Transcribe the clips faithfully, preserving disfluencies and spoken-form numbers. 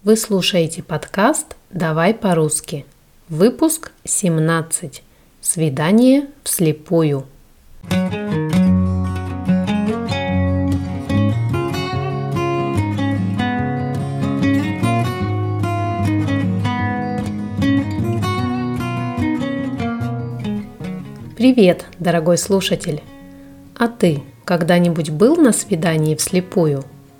Вы слушаете подкаст «Давай по-русски». Выпуск семнадцать. Свидание вслепую. Привет, дорогой слушатель! А ты когда-нибудь был на свидании вслепую?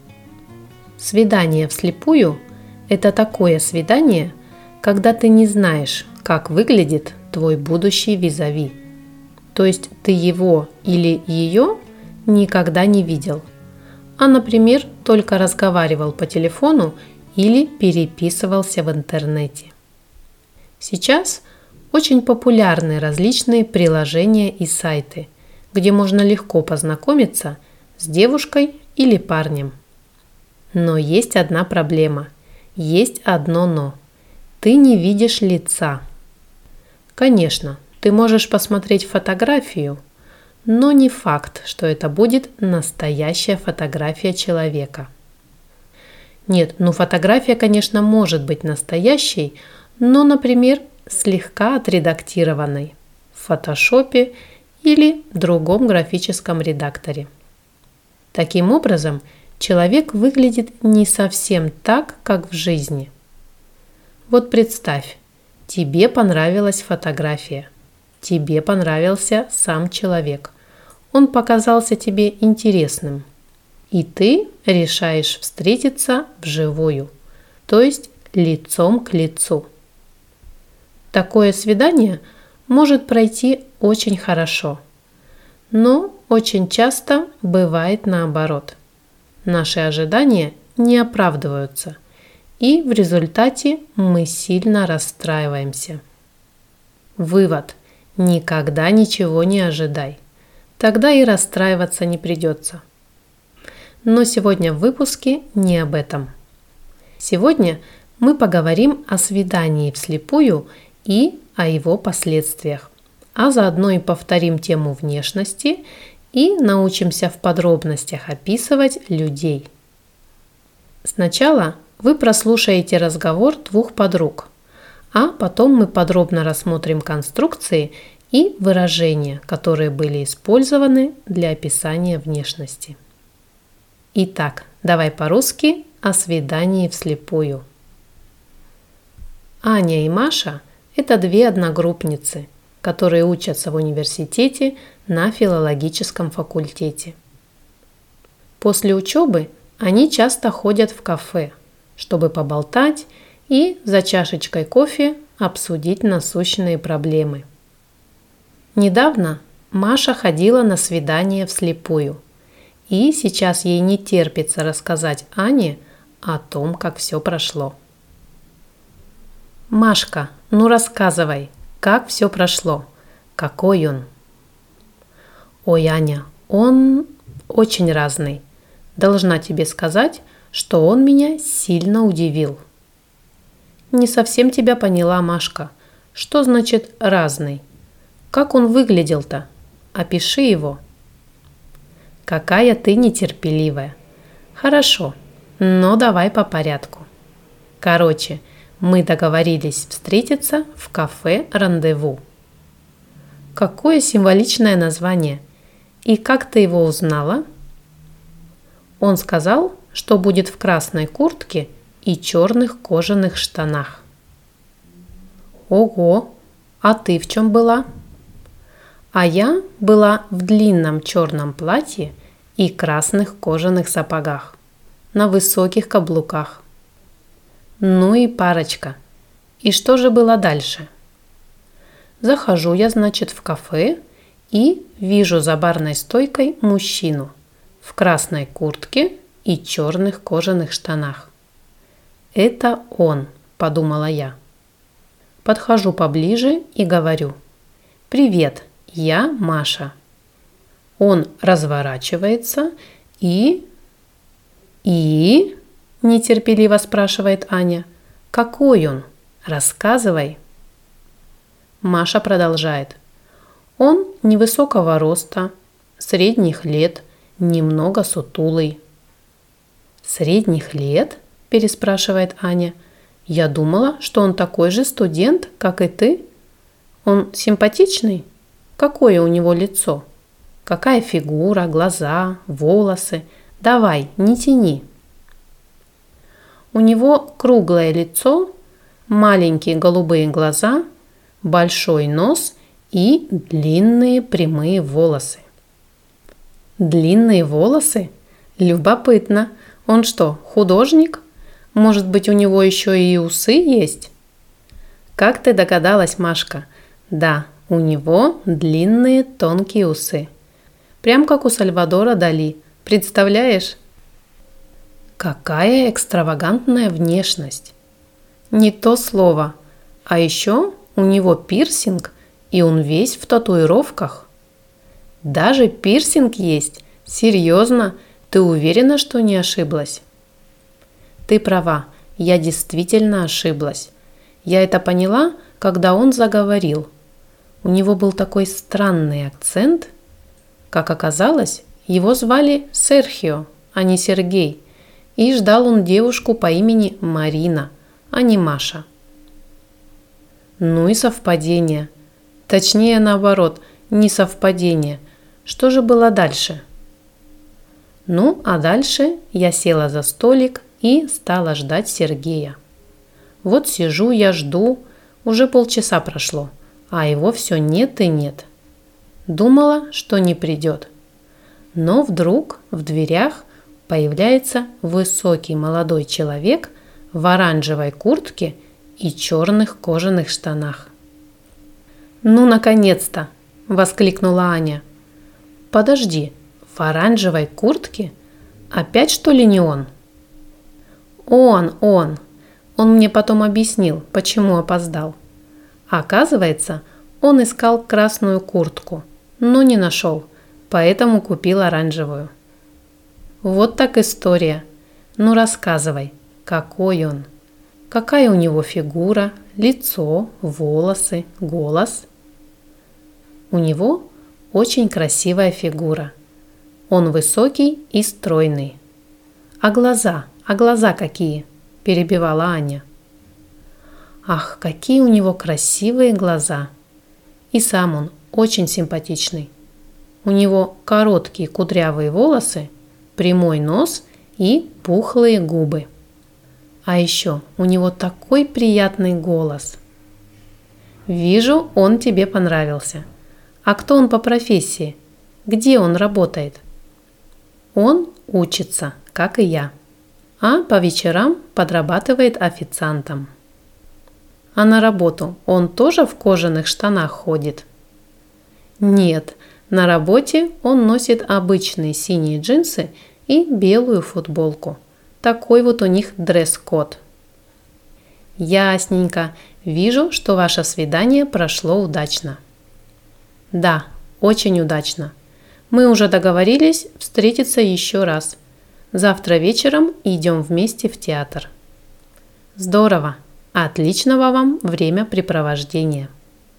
Свидание вслепую – это такое свидание, когда ты не знаешь, как выглядит твой будущий визави. То есть ты его или ее никогда не видел, а, например, только разговаривал по телефону или переписывался в интернете. Сейчас очень популярны различные приложения и сайты, где можно легко познакомиться с девушкой или парнем. Но есть одна проблема, есть одно «но». Ты не видишь лица. Конечно, ты можешь посмотреть фотографию, но не факт, что это будет настоящая фотография человека. Нет, ну фотография, конечно, может быть настоящей, но, например, слегка отредактированной в фотошопе или другом графическом редакторе. Таким образом, человек выглядит не совсем так, как в жизни. Вот представь, тебе понравилась фотография, тебе понравился сам человек, он показался тебе интересным, и ты решаешь встретиться вживую, то есть лицом к лицу. Такое свидание может пройти очень хорошо, но очень часто бывает наоборот. Наши ожидания не оправдываются, и в результате мы сильно расстраиваемся. Вывод: никогда ничего не ожидай, тогда и расстраиваться не придется. Но сегодня в выпуске не об этом. Сегодня мы поговорим о свидании вслепую и о его последствиях, а заодно и повторим тему внешности и научимся в подробностях описывать людей. Сначала вы прослушаете разговор двух подруг, а потом мы подробно рассмотрим конструкции и выражения, которые были использованы для описания внешности. Итак, давай по-русски о свидании вслепую. Аня и Маша – это две одногруппницы, которые учатся в университете на филологическом факультете. После учебы они часто ходят в кафе, чтобы поболтать и за чашечкой кофе обсудить насущные проблемы. Недавно Маша ходила на свидание вслепую, и сейчас ей не терпится рассказать Ане о том, как все прошло. Машка, ну рассказывай, как все прошло, какой он? Ой, Аня, он очень разный. Должна тебе сказать, что он меня сильно удивил. Не совсем тебя поняла, Машка. Что значит разный? Как он выглядел-то? Опиши его. Какая ты нетерпеливая. Хорошо, но давай по порядку. Короче, мы договорились встретиться в кафе «Рандеву». Какое символичное название. И как ты его узнала? Он сказал, что будет в красной куртке и черных кожаных штанах. Ого, а ты в чем была? А я была в длинном черном платье и красных кожаных сапогах на высоких каблуках. Ну и парочка. И что же было дальше? Захожу я, значит, в кафе и вижу за барной стойкой мужчину в красной куртке и черных кожаных штанах. Это он, подумала я. Подхожу поближе и говорю: «Привет, я Маша». Он разворачивается и... И... нетерпеливо спрашивает Аня. Какой он? Рассказывай. Маша продолжает. Он невысокого роста, средних лет, немного сутулый. Средних лет? – переспрашивает Аня. «Я думала, что он такой же студент, как и ты. Он симпатичный? Какое у него лицо? Какая фигура, глаза, волосы? Давай, не тяни». У него круглое лицо, маленькие голубые глаза, большой нос и длинные прямые волосы. Длинные волосы? Любопытно. Он что, художник? Может быть, у него еще и усы есть? Как ты догадалась, Машка? Да, у него длинные тонкие усы. Прям как у Сальвадора Дали. Представляешь? Какая экстравагантная внешность. Не то слово. А еще у него пирсинг, и он весь в татуировках. Даже пирсинг есть? Серьезно? Ты уверена, что не ошиблась? Ты права, я действительно ошиблась. Я это поняла, когда он заговорил. У него был такой странный акцент. Как оказалось, его звали Серхио, а не Сергей. И ждал он девушку по имени Марина, а не Маша. Ну и совпадение. Точнее, наоборот, не совпадение. Что же было дальше? Ну, а дальше я села за столик и стала ждать Сергея. Вот сижу я, жду, уже полчаса прошло, а его все нет и нет. Думала, что не придет. Но вдруг в дверях появляется высокий молодой человек в оранжевой куртке и черных кожаных штанах. «Ну, наконец-то!» – воскликнула Аня. «Подожди, в оранжевой куртке? Опять, что ли, не он?» «Он, он!» Он мне потом объяснил, почему опоздал. Оказывается, он искал красную куртку, но не нашел, поэтому купил оранжевую. Вот так история. Ну рассказывай, какой он? Какая у него фигура, лицо, волосы, голос? У него очень красивая фигура. Он высокий и стройный. А глаза, а глаза какие? Перебивала Аня. Ах, какие у него красивые глаза. И сам он очень симпатичный. У него короткие кудрявые волосы, прямой нос и пухлые губы. А еще у него такой приятный голос. Вижу, он тебе понравился. А кто он по профессии? Где он работает? Он учится, как и я. А по вечерам подрабатывает официантом. А на работу он тоже в кожаных штанах ходит? Нет, на работе он носит обычные синие джинсы и белую футболку. Такой вот у них дресс-код. Ясненько. Вижу, что ваше свидание прошло удачно. Да, очень удачно. Мы уже договорились встретиться еще раз. Завтра вечером идем вместе в театр. Здорово. Отличного вам времяпрепровождения.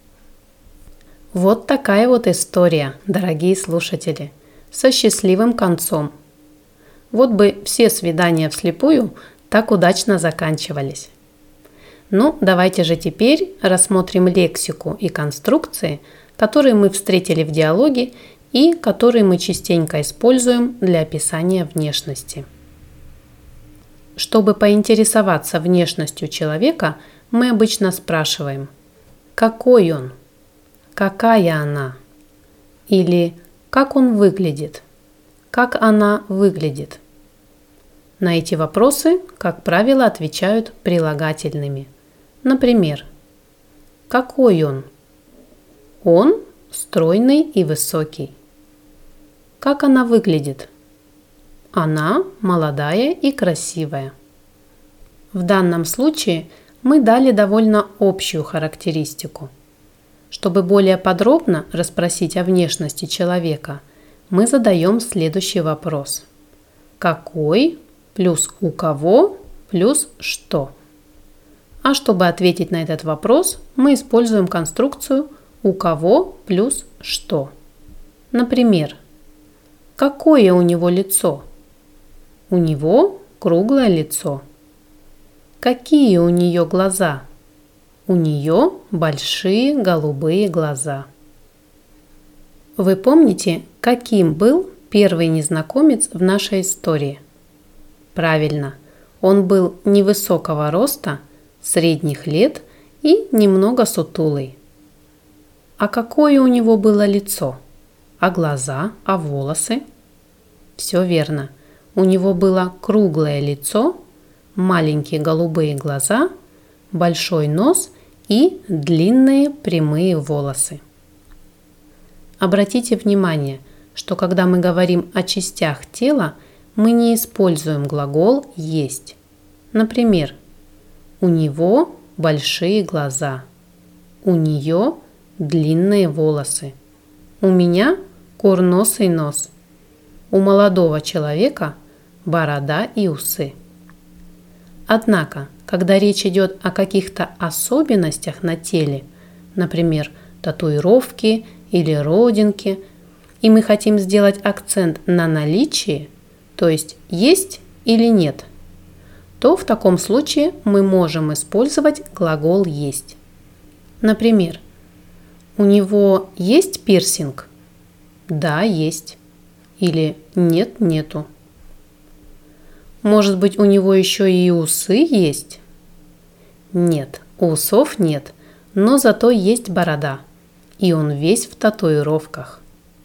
Вот такая вот история, дорогие слушатели, со счастливым концом. Вот бы все свидания вслепую так удачно заканчивались. Ну, давайте же теперь рассмотрим лексику и конструкции, которые мы встретили в диалоге и которые мы частенько используем для описания внешности. Чтобы поинтересоваться внешностью человека, мы обычно спрашиваем: какой он? Какая она? Или как он выглядит? Как она выглядит? На эти вопросы, как правило, отвечают прилагательными. Например, какой он? Он стройный и высокий. Как она выглядит? Она молодая и красивая. В данном случае мы дали довольно общую характеристику. Чтобы более подробно расспросить о внешности человека, мы задаем следующий вопрос. Какой плюс у кого плюс что? А чтобы ответить на этот вопрос, мы используем конструкцию у кого плюс что. Например, какое у него лицо? У него круглое лицо. Какие у нее глаза? У нее большие голубые глаза. Вы помните, каким был первый незнакомец в нашей истории? Правильно, он был невысокого роста, средних лет и немного сутулый. А какое у него было лицо? А глаза, а волосы? Все верно. У него было круглое лицо, маленькие голубые глаза, большой нос и длинные прямые волосы. Обратите внимание, что когда мы говорим о частях тела, мы не используем глагол «есть». Например, у него большие глаза, у нее длинные волосы, у меня курносый нос, у молодого человека борода и усы. Однако, когда речь идет о каких-то особенностях на теле, например, татуировки или родинки, и мы хотим сделать акцент на наличии, то есть есть или нет, то в таком случае мы можем использовать глагол «есть». Например, у него есть пирсинг? Да, есть. Или нет, нету. Может быть, у него еще и усы есть? Нет, усов нет, но зато есть борода, и он весь в татуировках.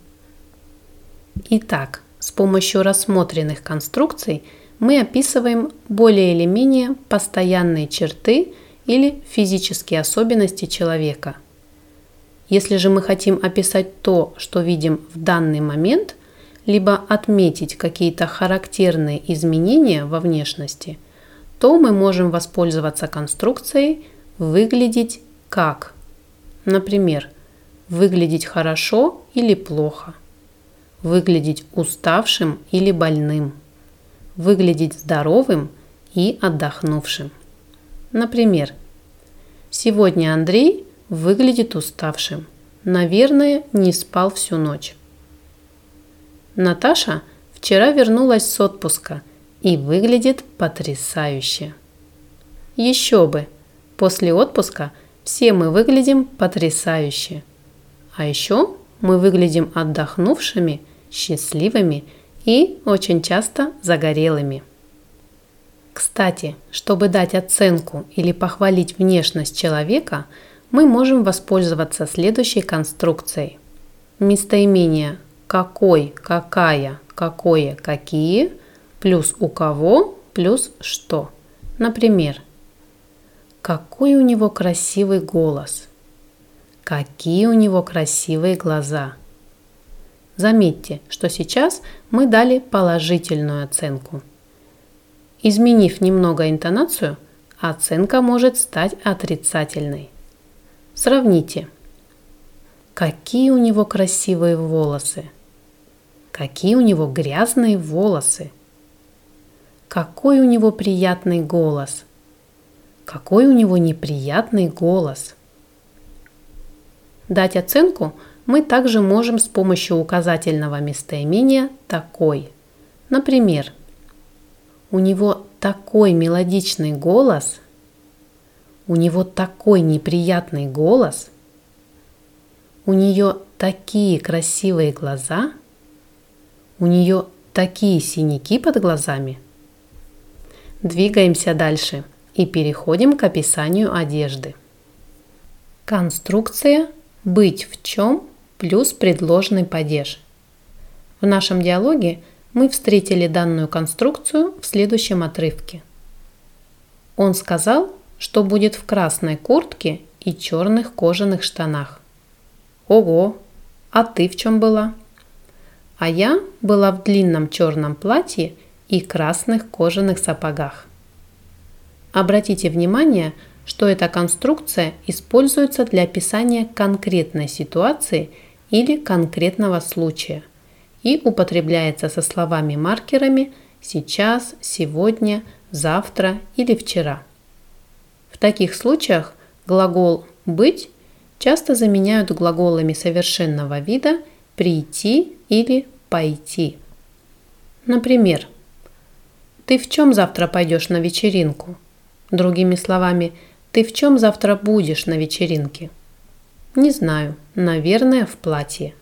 Итак, с помощью рассмотренных конструкций мы описываем более или менее постоянные черты или физические особенности человека. Если же мы хотим описать то, что видим в данный момент, либо отметить какие-то характерные изменения во внешности, то мы можем воспользоваться конструкцией «выглядеть как». Например, выглядеть хорошо или плохо, выглядеть уставшим или больным, выглядеть здоровым и отдохнувшим. Например, сегодня Андрей выглядит уставшим, наверное, не спал всю ночь. Наташа вчера вернулась с отпуска и выглядит потрясающе. Еще бы! После отпуска все мы выглядим потрясающе. А еще мы выглядим отдохнувшими, счастливыми и очень часто загорелыми. Кстати, чтобы дать оценку или похвалить внешность человека, мы можем воспользоваться следующей конструкцией. Местоимение какой, какая, какое, какие, плюс у кого, плюс что. Например, какой у него красивый голос, какие у него красивые глаза. Заметьте, что сейчас мы дали положительную оценку. Изменив немного интонацию, оценка может стать отрицательной. Сравните. Какие у него красивые волосы. Какие у него грязные волосы. Какой у него приятный голос. Какой у него неприятный голос. Дать оценку мы также можем с помощью указательного местоимения «такой». Например, у него такой мелодичный голос, у него такой неприятный голос, у нее такие красивые глаза, у нее такие синяки под глазами. Двигаемся дальше и переходим к описанию одежды. Конструкция «быть в чем» плюс предложный падеж. В нашем диалоге мы встретили данную конструкцию в следующем отрывке. Он сказал, что будет в красной куртке и черных кожаных штанах. Ого, а ты в чем была? А я была в длинном черном платье и красных кожаных сапогах. Обратите внимание, что эта конструкция используется для описания конкретной ситуации или конкретного случая и употребляется со словами-маркерами «сейчас», «сегодня», «завтра» или «вчера». В таких случаях глагол «быть» часто заменяют глаголами совершенного вида «прийти» или «пойти». Например, «Ты в чем завтра пойдешь на вечеринку?» Другими словами, ты в чем завтра будешь на вечеринке? Не знаю, наверное, в платье.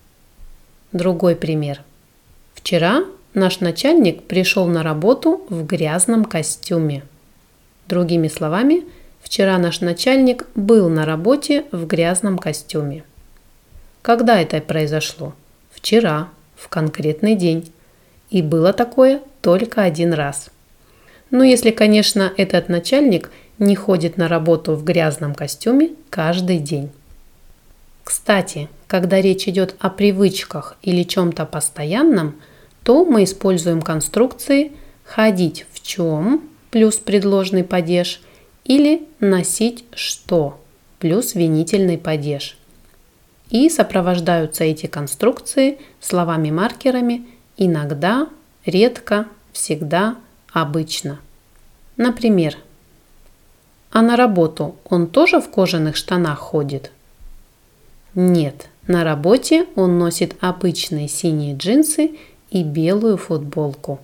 Другой пример. Вчера наш начальник пришел на работу в грязном костюме. Другими словами, вчера наш начальник был на работе в грязном костюме. Когда это произошло? Вчера, в конкретный день. И было такое только один раз. Ну, если, конечно, этот начальник не ходит на работу в грязном костюме каждый день. Кстати, когда речь идет о привычках или чем-то постоянном, то мы используем конструкции «ходить в чем» плюс предложный падеж или «носить что» плюс винительный падеж. И сопровождаются эти конструкции словами-маркерами иногда, редко, всегда, обычно. Например, а на работу он тоже в кожаных штанах ходит? Нет, на работе он носит обычные синие джинсы и белую футболку.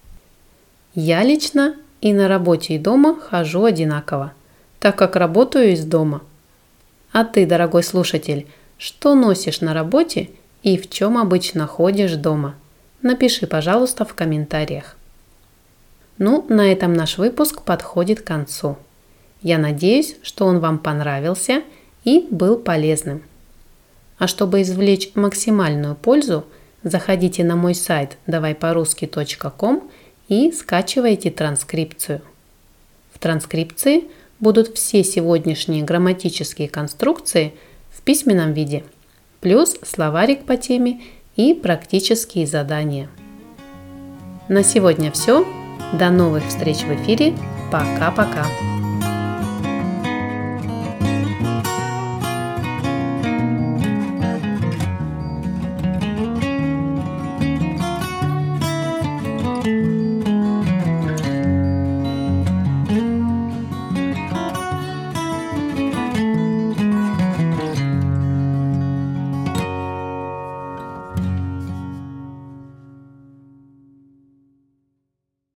Я лично и на работе, и дома хожу одинаково, так как работаю из дома. А ты, дорогой слушатель, что носишь на работе и в чем обычно ходишь дома? Напиши, пожалуйста, в комментариях. Ну, на этом наш выпуск подходит к концу. Я надеюсь, что он вам понравился и был полезным. А чтобы извлечь максимальную пользу, заходите на мой сайт давай по русски точка ком и скачивайте транскрипцию. В транскрипции будут все сегодняшние грамматические конструкции в письменном виде, плюс словарик по теме и практические задания. На сегодня все. До новых встреч в эфире. Пока-пока.